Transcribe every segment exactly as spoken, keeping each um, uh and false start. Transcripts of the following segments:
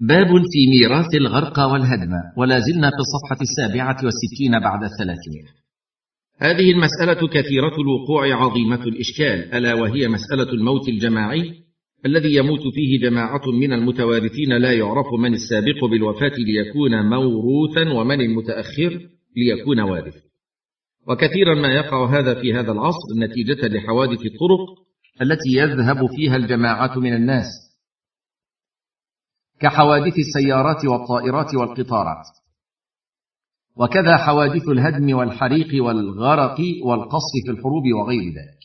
باب في ميراث الغرق والهدم، ولا زلنا في الصفحة السابعة والستين بعد الثلاثمائة. هذه المسألة كثيرة الوقوع عظيمة الإشكال، ألا وهي مسألة الموت الجماعي الذي يموت فيه جماعة من المتوارثين لا يعرف من السابق بالوفاة ليكون موروثا ومن المتأخر ليكون وارث. وكثيرا ما يقع هذا في هذا العصر نتيجة لحوادث الطرق التي يذهب فيها الجماعة من الناس، كحوادث السيارات والطائرات والقطارات، وكذا حوادث الهدم والحريق والغرق والقصف في الحروب وغير ذلك.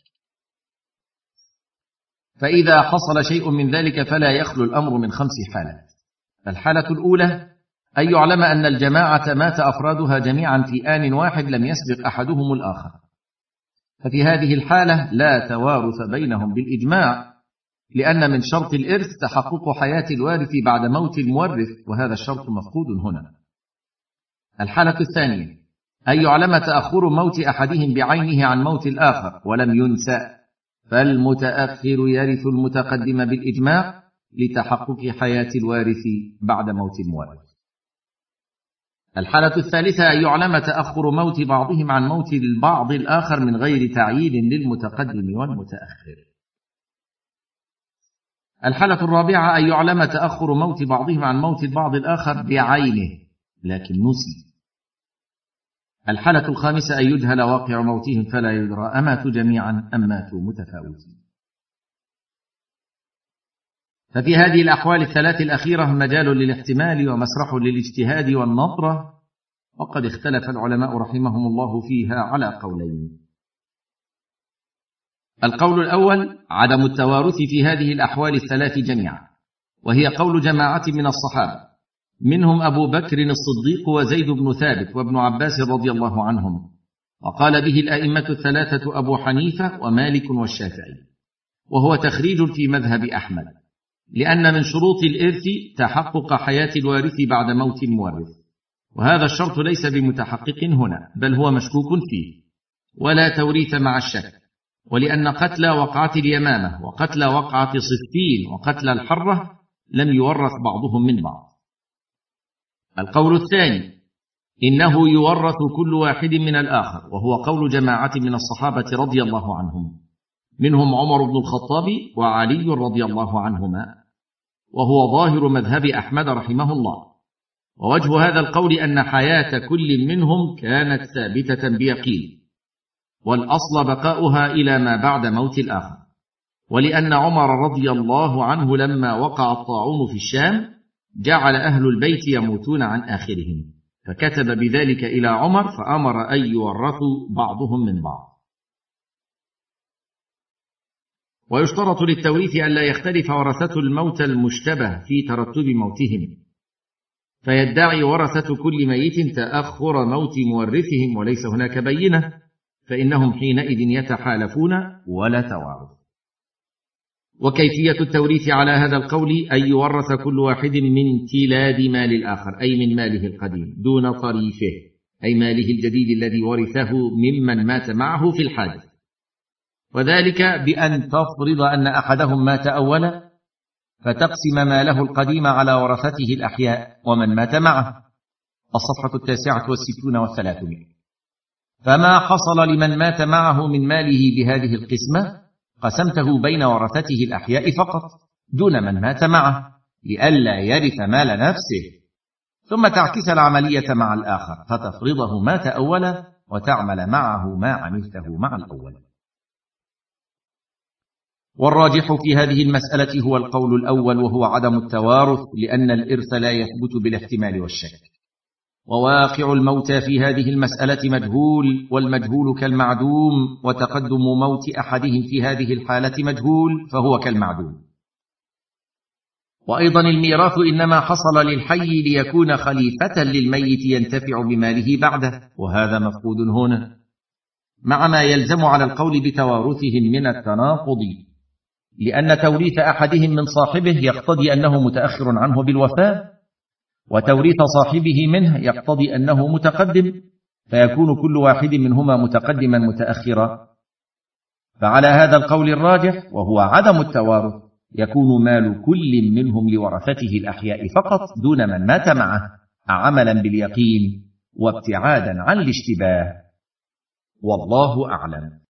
فإذا حصل شيء من ذلك فلا يخلو الأمر من خمس حالات. الحالة الأولى أن يعلم أن الجماعة مات أفرادها جميعا في آن واحد لم يسبق أحدهم الآخر، ففي هذه الحالة لا توارث بينهم بالإجماع، لأن من شرط الإرث تحقق حياة الوارث بعد موت المورث، وهذا الشرط مفقود هنا. الحالة الثانية أن يعلم تأخر موت أحدهم بعينه عن موت الآخر ولم ينسى، فالمتأخر يرث المتقدم بالإجماع لتحقق حياة الوارث بعد موت المورث. الحالة الثالثة أن يعلم تأخر موت بعضهم عن موت البعض الآخر من غير تعيين للمتقدم والمتأخر. الحالة الرابعة أن يعلم تأخر موت بعضهم عن موت البعض الآخر بعينه لكن نسي. الحالة الخامسة أن يجهل واقع موتهم فلا يدرى أماتوا جميعا أم ماتوا متفاوتين. ففي هذه الأحوال الثلاث الأخيرة مجال للاحتمال ومسرح للاجتهاد والنظرة، وقد اختلف العلماء رحمهم الله فيها على قولين. القول الأول عدم التوارث في هذه الأحوال الثلاث جميعا، وهي قول جماعة من الصحابة، منهم أبو بكر الصديق وزيد بن ثابت وابن عباس رضي الله عنهم، وقال به الأئمة الثلاثة أبو حنيفة ومالك والشافعي، وهو تخريج في مذهب أحمد، لأن من شروط الإرث تحقق حياة الوارث بعد موت المورث، وهذا الشرط ليس بمتحقق هنا، بل هو مشكوك فيه، ولا توريث مع الشك، ولأن قتل وقعة اليمامة وقتل وقعة صفين وقتل الحرة لم يورث بعضهم من بعض. القول الثاني إنه يورث كل واحد من الآخر، وهو قول جماعة من الصحابة رضي الله عنهم، منهم عمر بن الخطاب وعلي رضي الله عنهما، وهو ظاهر مذهب أحمد رحمه الله. ووجه هذا القول أن حياة كل منهم كانت ثابتة بيقين، والأصل بقاؤها إلى ما بعد موت الآخر، ولأن عمر رضي الله عنه لما وقع الطاعون في الشام جعل أهل البيت يموتون عن آخرهم، فكتب بذلك إلى عمر فأمر أن يورثوا بعضهم من بعض. ويشترط للتوريث أن لا يختلف ورثة الموت المشتبه في ترتب موتهم، فيدعي ورثة كل ميت تأخر موت مورثهم وليس هناك بينة، فإنهم حينئذ يتحالفون ولا توارث. وكيفية التوريث على هذا القول أن يورث كل واحد من تلاد مال الآخر، أي من ماله القديم، دون طريفه، أي ماله الجديد الذي ورثه ممن مات معه في الحادث، وذلك بأن تفرض أن أحدهم مات أولا فتقسم ماله القديم على ورثته الأحياء ومن مات معه. الصفحة التاسعة والستون والثلاثمائة. فما حصل لمن مات معه من ماله بهذه القسمة قسمته بين ورثته الأحياء فقط دون من مات معه، لئلا يرث مال نفسه، ثم تعكس العملية مع الآخر فتفرضه مات أولا وتعمل معه ما عملته مع الأول. والراجح في هذه المسألة هو القول الأول، وهو عدم التوارث، لأن الإرث لا يثبت بالاحتمال والشك. وواقع الموتى في هذه المسألة مجهول، والمجهول كالمعدوم، وتقدم موت أحدهم في هذه الحالة مجهول فهو كالمعدوم. وأيضا الميراث إنما حصل للحي ليكون خليفة للميت ينتفع بماله بعده، وهذا مفقود هنا، مع ما يلزم على القول بتوارثهم من التناقض، لأن توريث أحدهم من صاحبه يقتضي أنه متأخر عنه بالوفاة، وتوريث صاحبه منه يقتضي أنه متقدم، فيكون كل واحد منهما متقدما متأخرا. فعلى هذا القول الراجح وهو عدم التوارث يكون مال كل منهم لورثته الأحياء فقط دون من مات معه، عملا باليقين وابتعادا عن الاشتباه. والله أعلم.